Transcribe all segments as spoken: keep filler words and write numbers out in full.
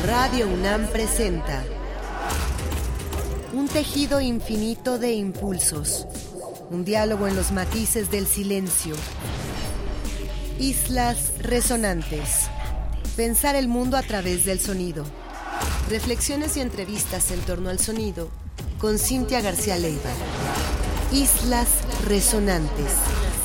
Radio UNAM presenta un tejido infinito de impulsos, un diálogo en los matices del silencio. Islas Resonantes. Pensar el mundo a través del sonido. Reflexiones y entrevistas en torno al sonido con Cintia García Leiva. Islas Resonantes.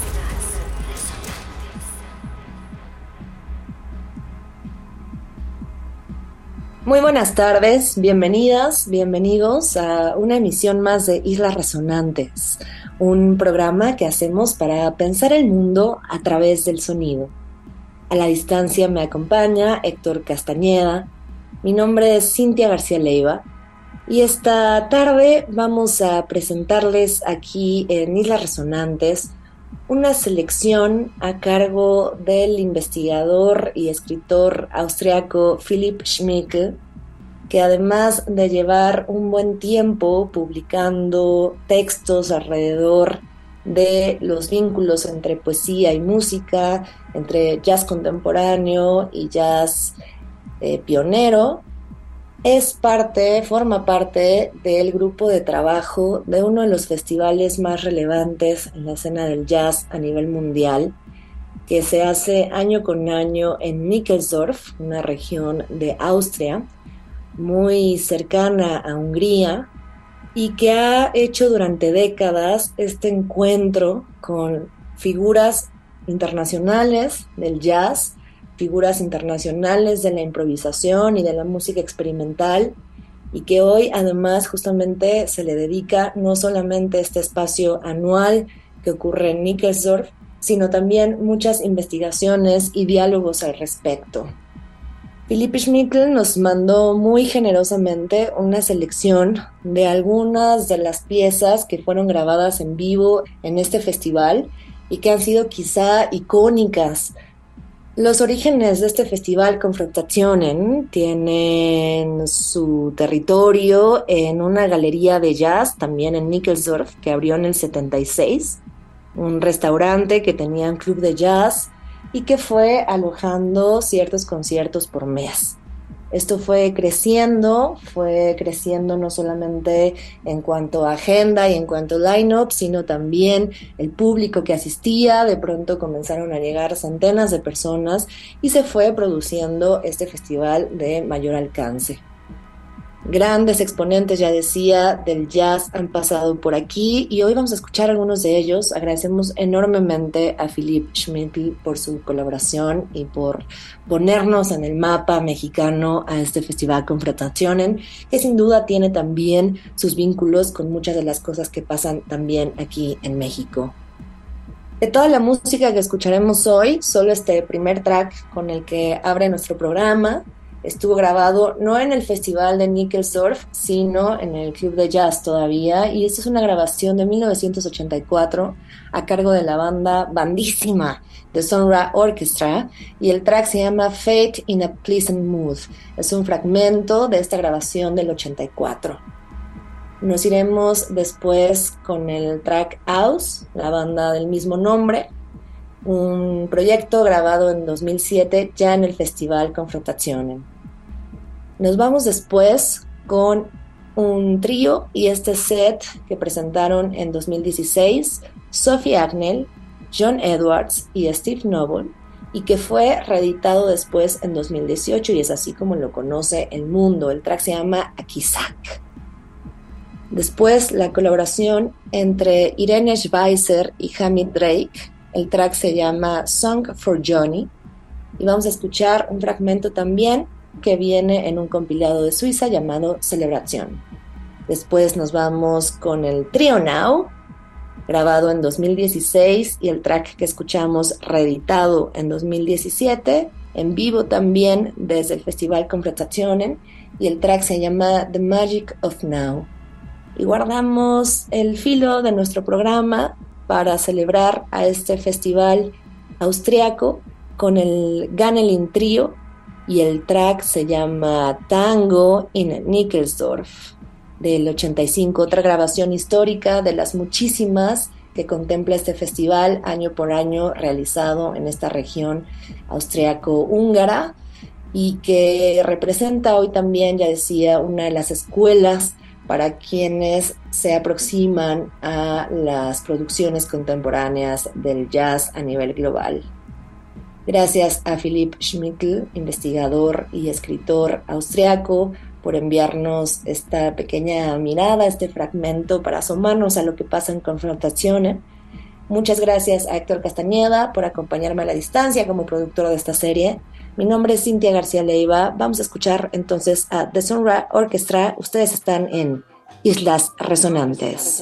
Muy buenas tardes, bienvenidas, bienvenidos a una emisión más de Islas Resonantes, un programa que hacemos para pensar el mundo a través del sonido. A la distancia me acompaña Héctor Castañeda, mi nombre es Cintia García Leiva y esta tarde vamos a presentarles aquí en Islas Resonantes una selección a cargo del investigador y escritor austriaco Philipp Schmicl, que además de llevar un buen tiempo publicando textos alrededor de los vínculos entre poesía y música, entre jazz contemporáneo y jazz eh, pionero, es parte, forma parte del grupo de trabajo de uno de los festivales más relevantes en la escena del jazz a nivel mundial, que se hace año con año en Nickelsdorf, una región de Austria, muy cercana a Hungría, y que ha hecho durante décadas este encuentro con figuras internacionales del jazz, figuras internacionales de la improvisación y de la música experimental, y que hoy además justamente se le dedica no solamente este espacio anual que ocurre en Nickelsdorf, sino también muchas investigaciones y diálogos al respecto. Philipp Schmicl nos mandó muy generosamente una selección de algunas de las piezas que fueron grabadas en vivo en este festival y que han sido quizá icónicas. Los orígenes de este festival Konfrontationen tienen su territorio en una galería de jazz, también en Nickelsdorf, que abrió en el setenta y seis, un restaurante que tenía un club de jazz y que fue alojando ciertos conciertos por mes. Esto fue creciendo, fue creciendo no solamente en cuanto a agenda y en cuanto a line-up, sino también el público que asistía. De pronto comenzaron a llegar centenas de personas y se fue produciendo este festival de mayor alcance. Grandes exponentes, ya decía, del jazz han pasado por aquí y hoy vamos a escuchar algunos de ellos. Agradecemos enormemente a Philipp Schmicl por su colaboración y por ponernos en el mapa mexicano a este festival Konfrontationen, que sin duda tiene también sus vínculos con muchas de las cosas que pasan también aquí en México. De toda la música que escucharemos hoy, solo este primer track con el que abre nuestro programa estuvo grabado no en el festival de Nickelsdorf, sino en el club de jazz todavía, y esta es una grabación de mil novecientos ochenta y cuatro a cargo de la banda bandísima de Sun Ra Orchestra, y el track se llama Fate in a Pleasant Mood. Es un fragmento de esta grabación del ochenta y cuatro. Nos iremos después con el track Aus, la banda del mismo nombre, un proyecto grabado en dos mil siete ya en el festival Konfrontationen. Nos vamos después con un trío y este set que presentaron en dos mil dieciséis Sophie Agnell, John Edwards y Steve Noble, y que fue reeditado después en dos mil dieciocho y es así como lo conoce el mundo. El track se llama Akisak. Después la colaboración entre Irene Schweizer y Hamid Drake. El track se llama Song for Johnny y vamos a escuchar un fragmento también que viene en un compilado de Suiza llamado Celebración. Después nos vamos con el Trio Now, grabado en dos mil dieciséis, y el track que escuchamos reeditado en dos mil diecisiete, en vivo también desde el festival Konfrontationen, y el track se llama The Magic of Now. Y guardamos el filo de nuestro programa para celebrar a este festival austriaco con el Ganelin Trio, y el track se llama Tango in Nickelsdorf del ochenta y cinco, otra grabación histórica de las muchísimas que contempla este festival año por año realizado en esta región austriaco-húngara, y que representa hoy también, ya decía, una de las escuelas para quienes se aproximan a las producciones contemporáneas del jazz a nivel global. Gracias a Philipp Schmidl, investigador y escritor austriaco, por enviarnos esta pequeña mirada, este fragmento para asomarnos a lo que pasa en Confrontazione. Muchas gracias a Héctor Castañeda por acompañarme a la distancia como productor de esta serie. Mi nombre es Cintia García Leiva. Vamos a escuchar entonces a The Sonra Orchestra. Ustedes están en Islas Resonantes.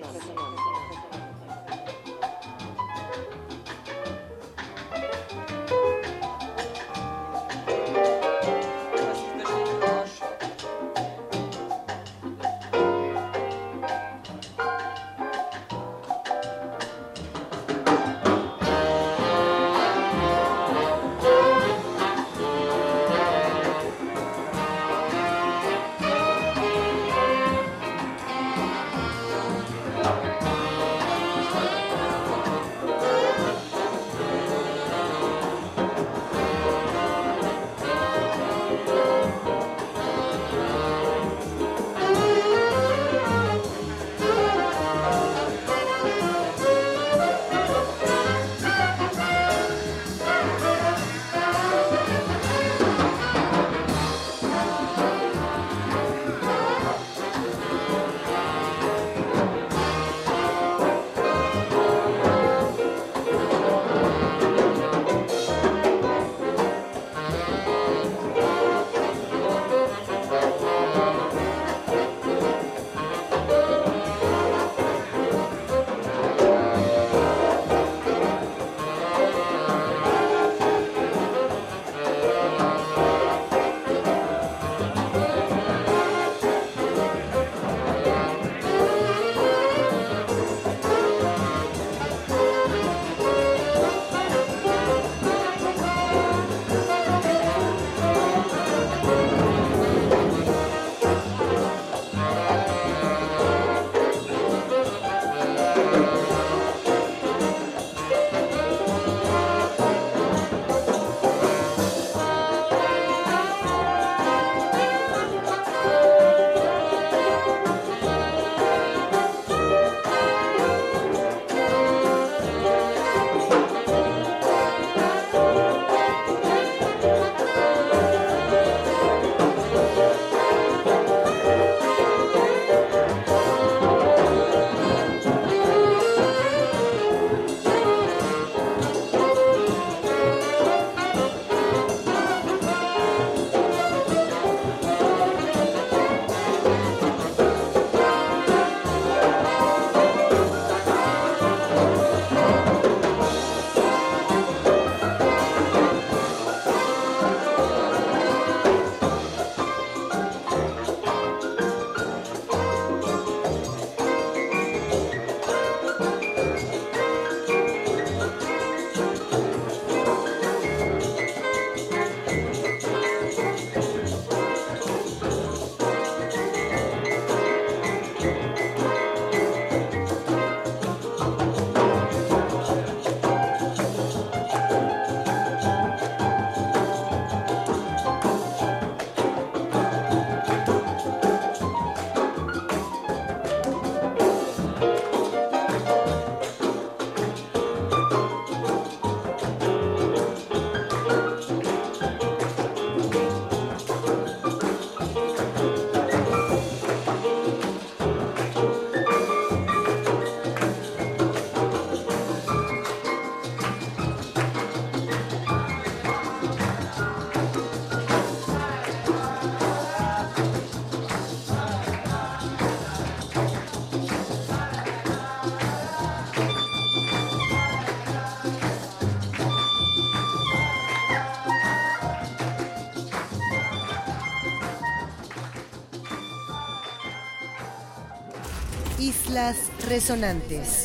Islas Resonantes.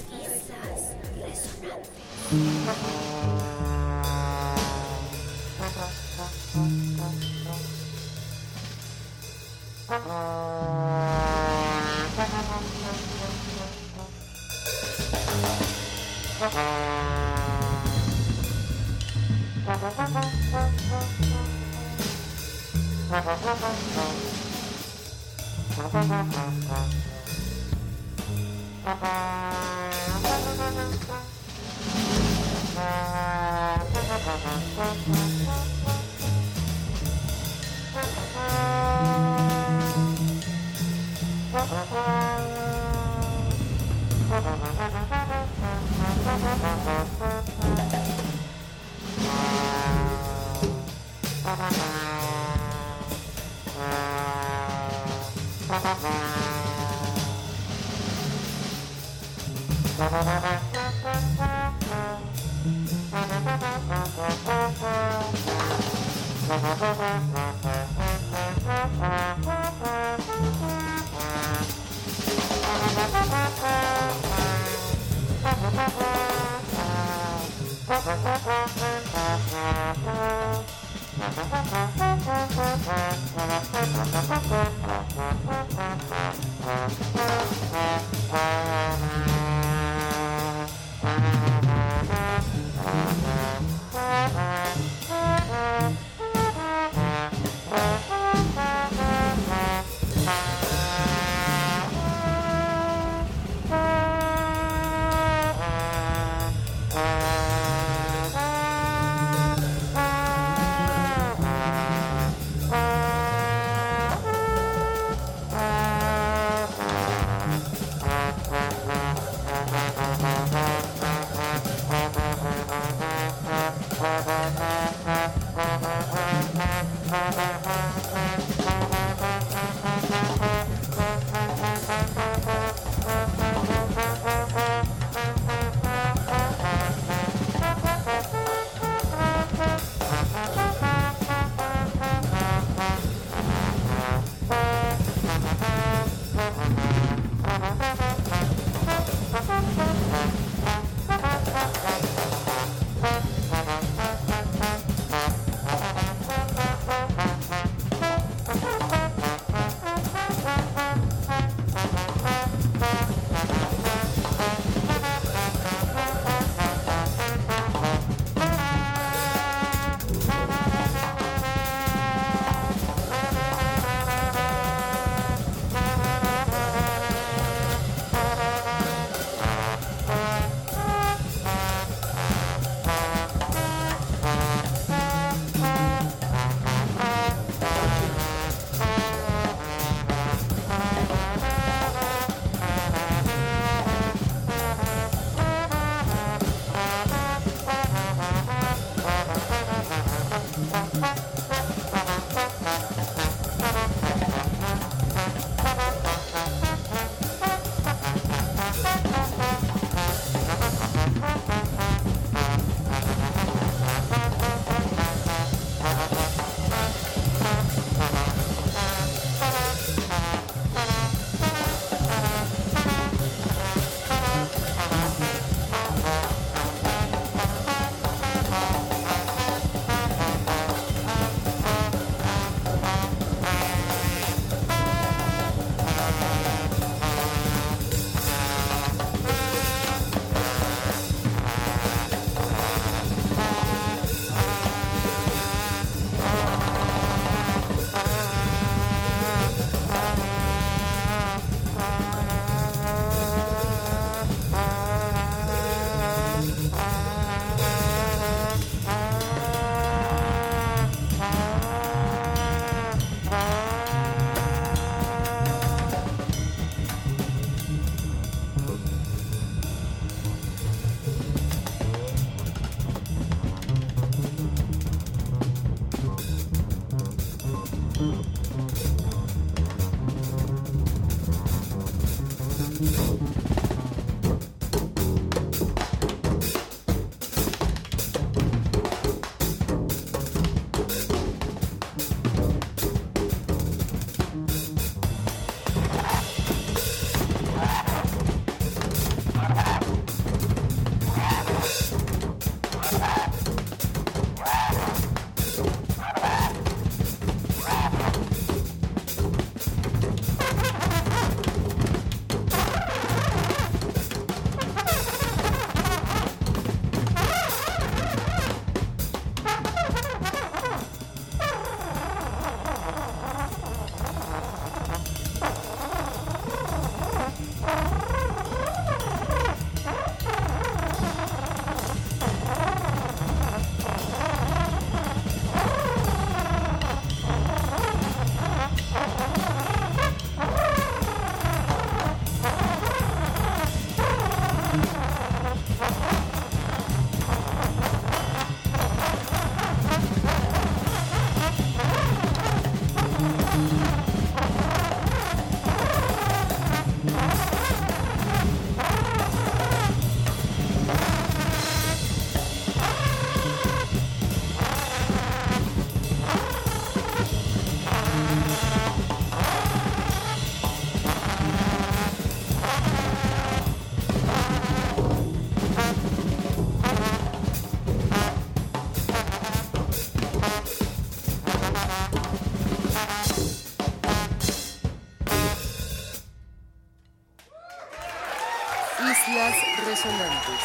Resonantes.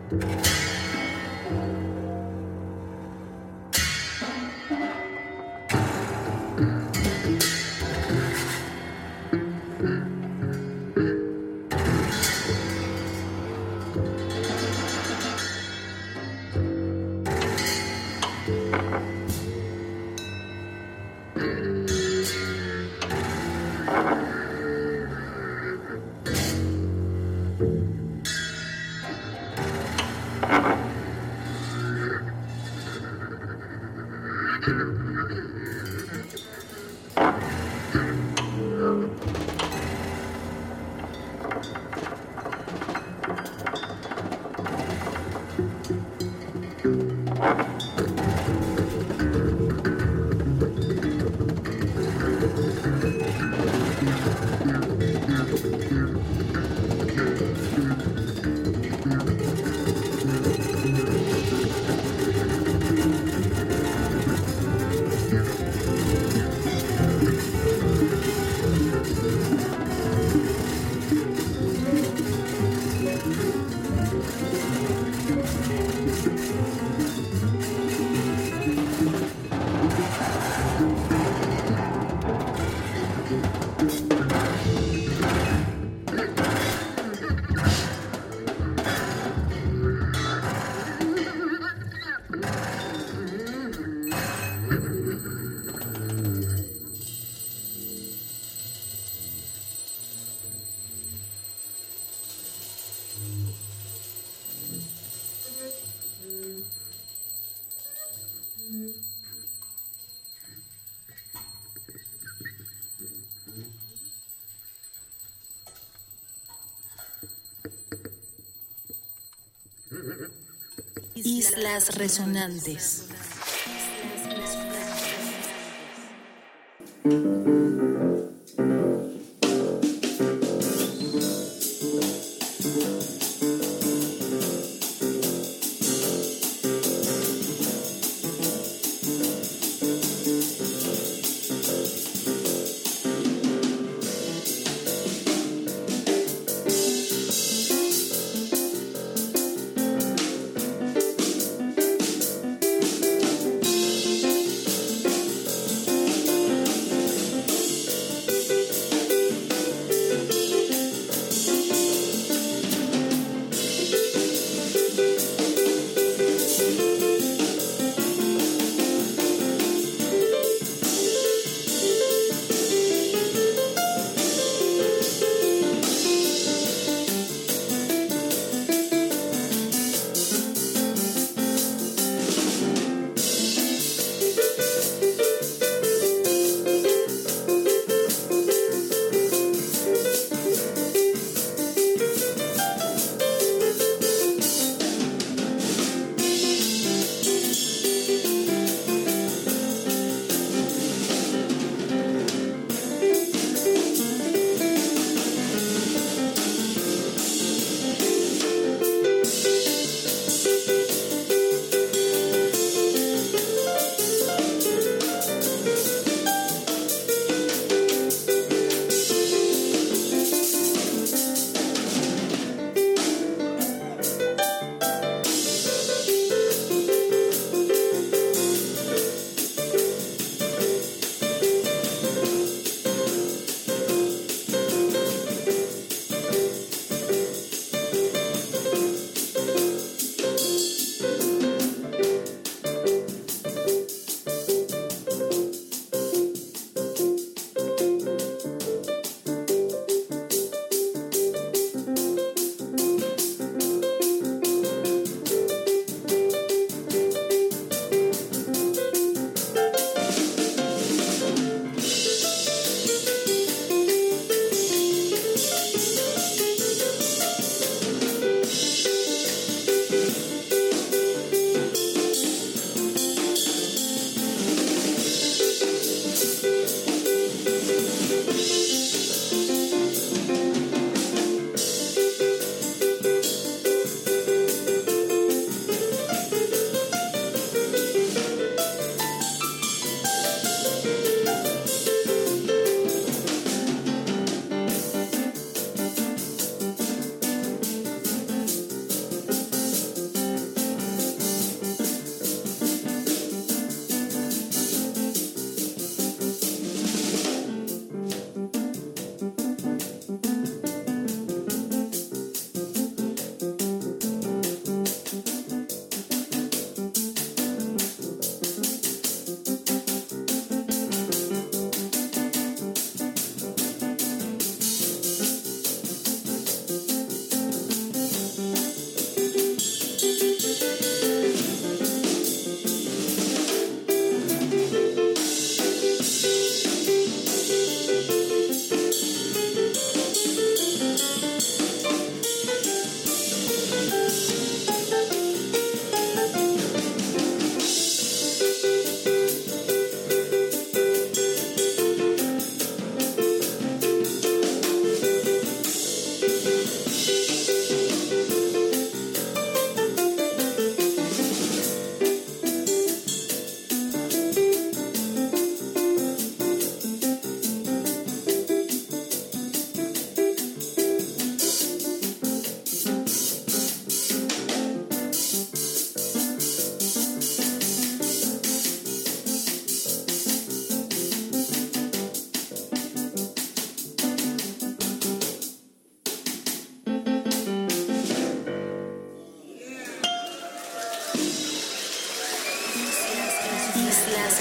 Islas Resonantes.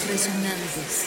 Las Resonantes.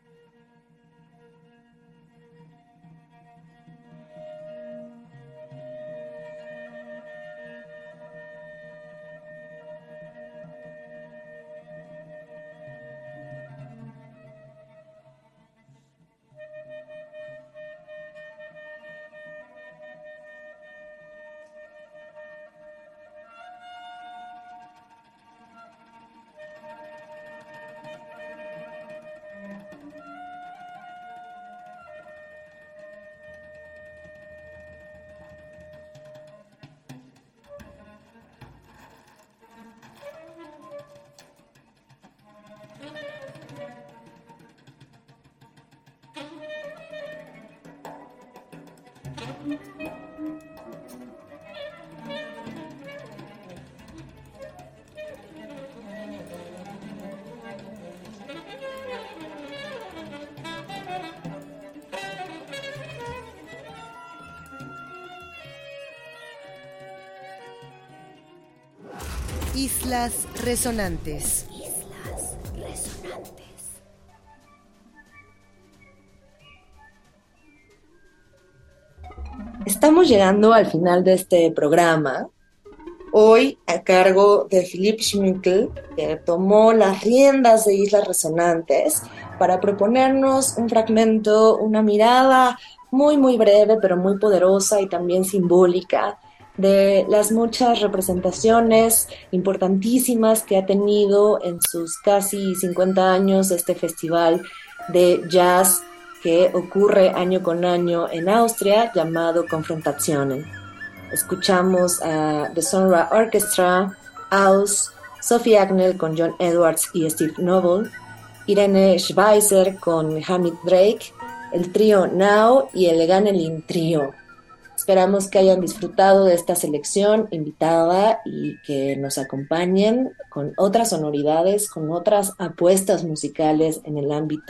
Islas Resonantes. Islas Resonantes. Estamos llegando al final de este programa. Hoy a cargo de Philippe Schmickel, que tomó las riendas de Islas Resonantes para proponernos un fragmento, una mirada muy muy breve pero muy poderosa y también simbólica de las muchas representaciones importantísimas que ha tenido en sus casi cincuenta años este festival de jazz que ocurre año con año en Austria, llamado Confrontationen. Escuchamos a The Sonra Orchestra, Aus, Sophie Agnell con John Edwards y Steve Noble, Irene Schweizer con Hamid Drake, el trío Now y el Ganelin Trío. Esperamos que hayan disfrutado de esta selección invitada y que nos acompañen con otras sonoridades, con otras apuestas musicales en el ámbito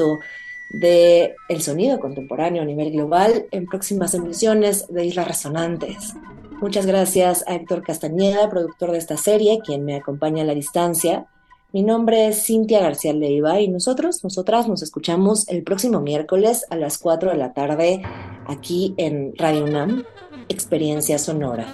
del sonido contemporáneo a nivel global en próximas emisiones de Islas Resonantes. Muchas gracias a Héctor Castañeda, productor de esta serie, quien me acompaña a la distancia. Mi nombre es Cintia García Leiva y nosotros, nosotras nos escuchamos el próximo miércoles a las cuatro de la tarde aquí en Radio UNAM, Experiencia Sonora.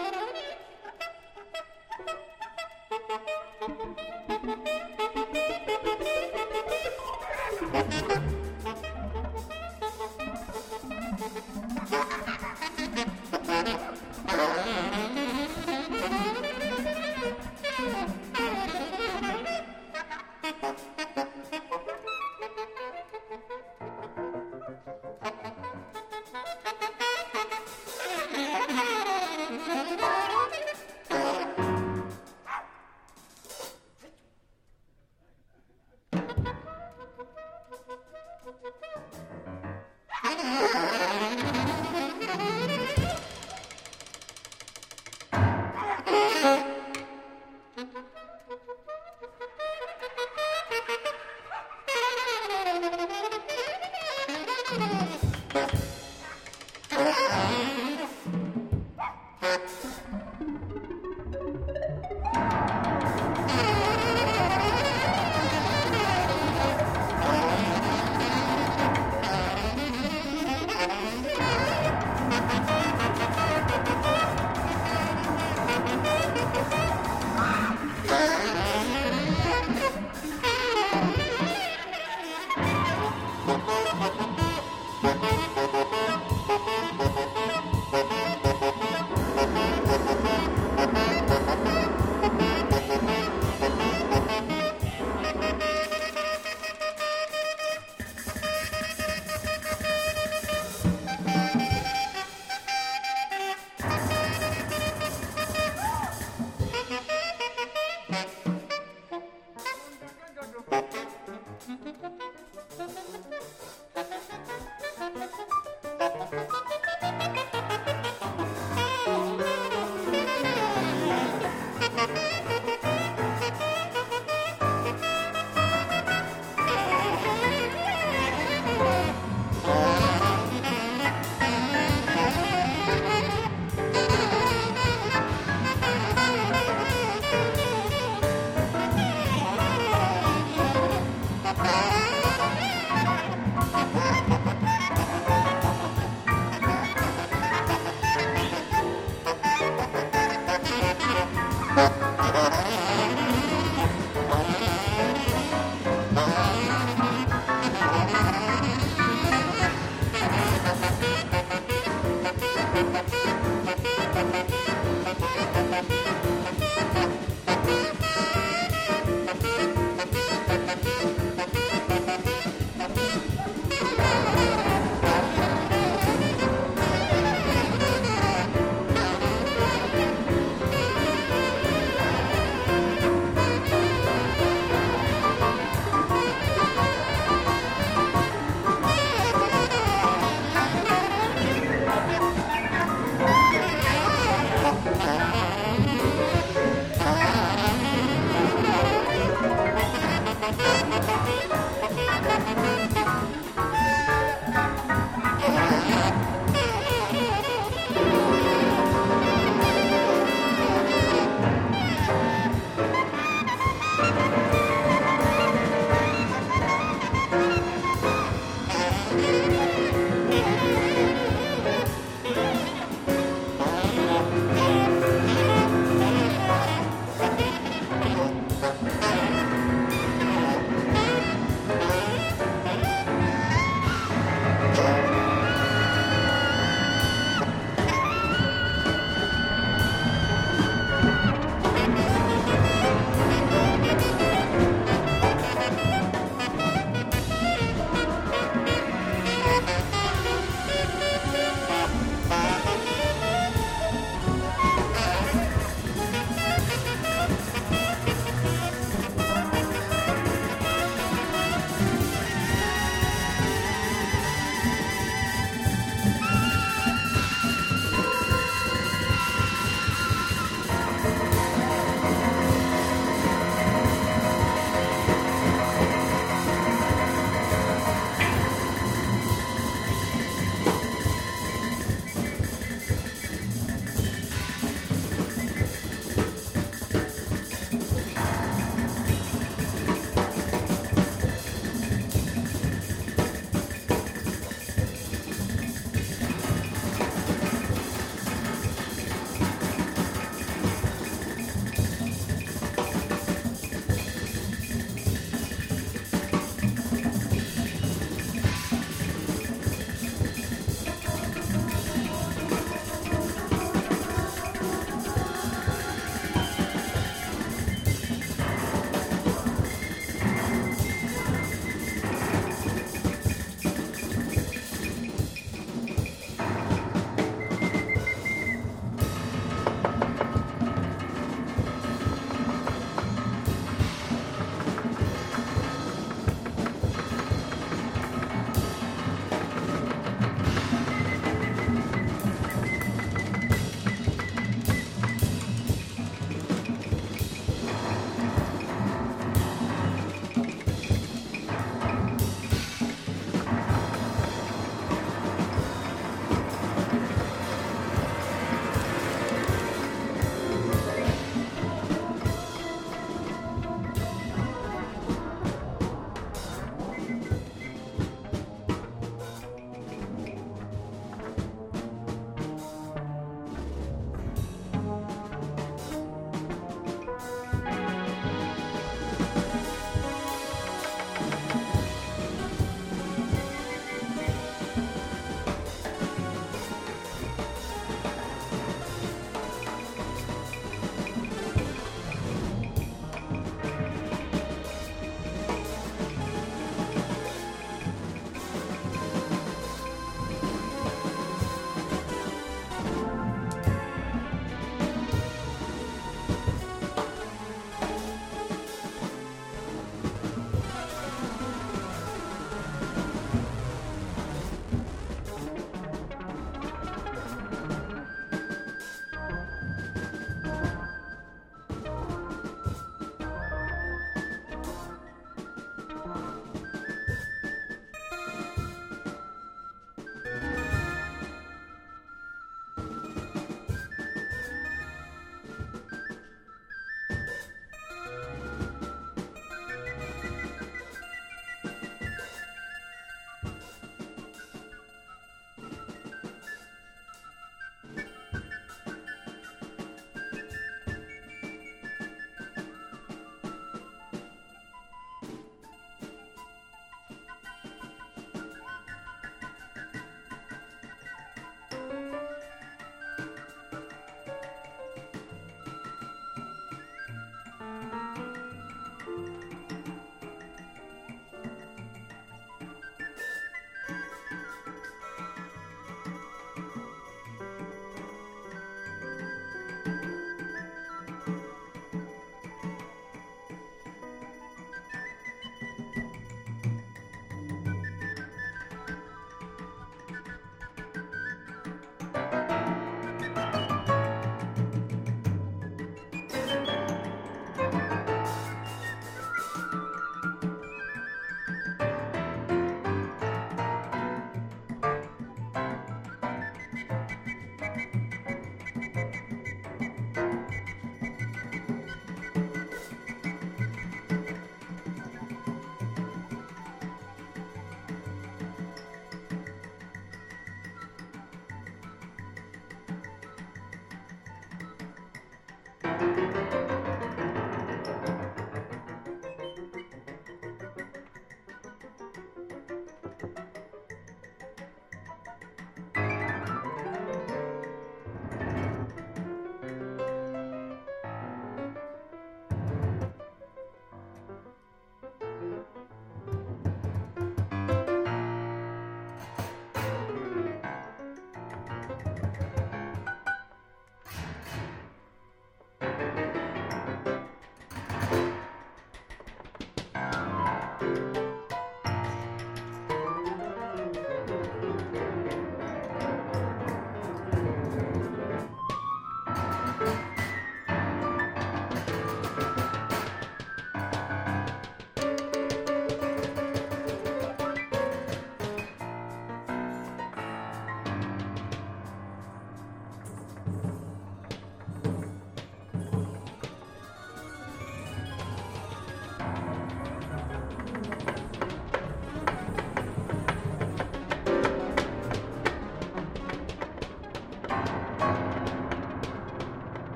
Thank you.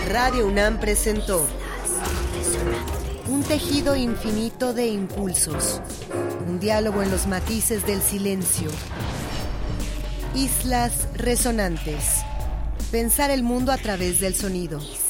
Radio UNAM presentó un tejido infinito de impulsos, un diálogo en los matices del silencio. Islas Resonantes. Pensar el mundo a través del sonido.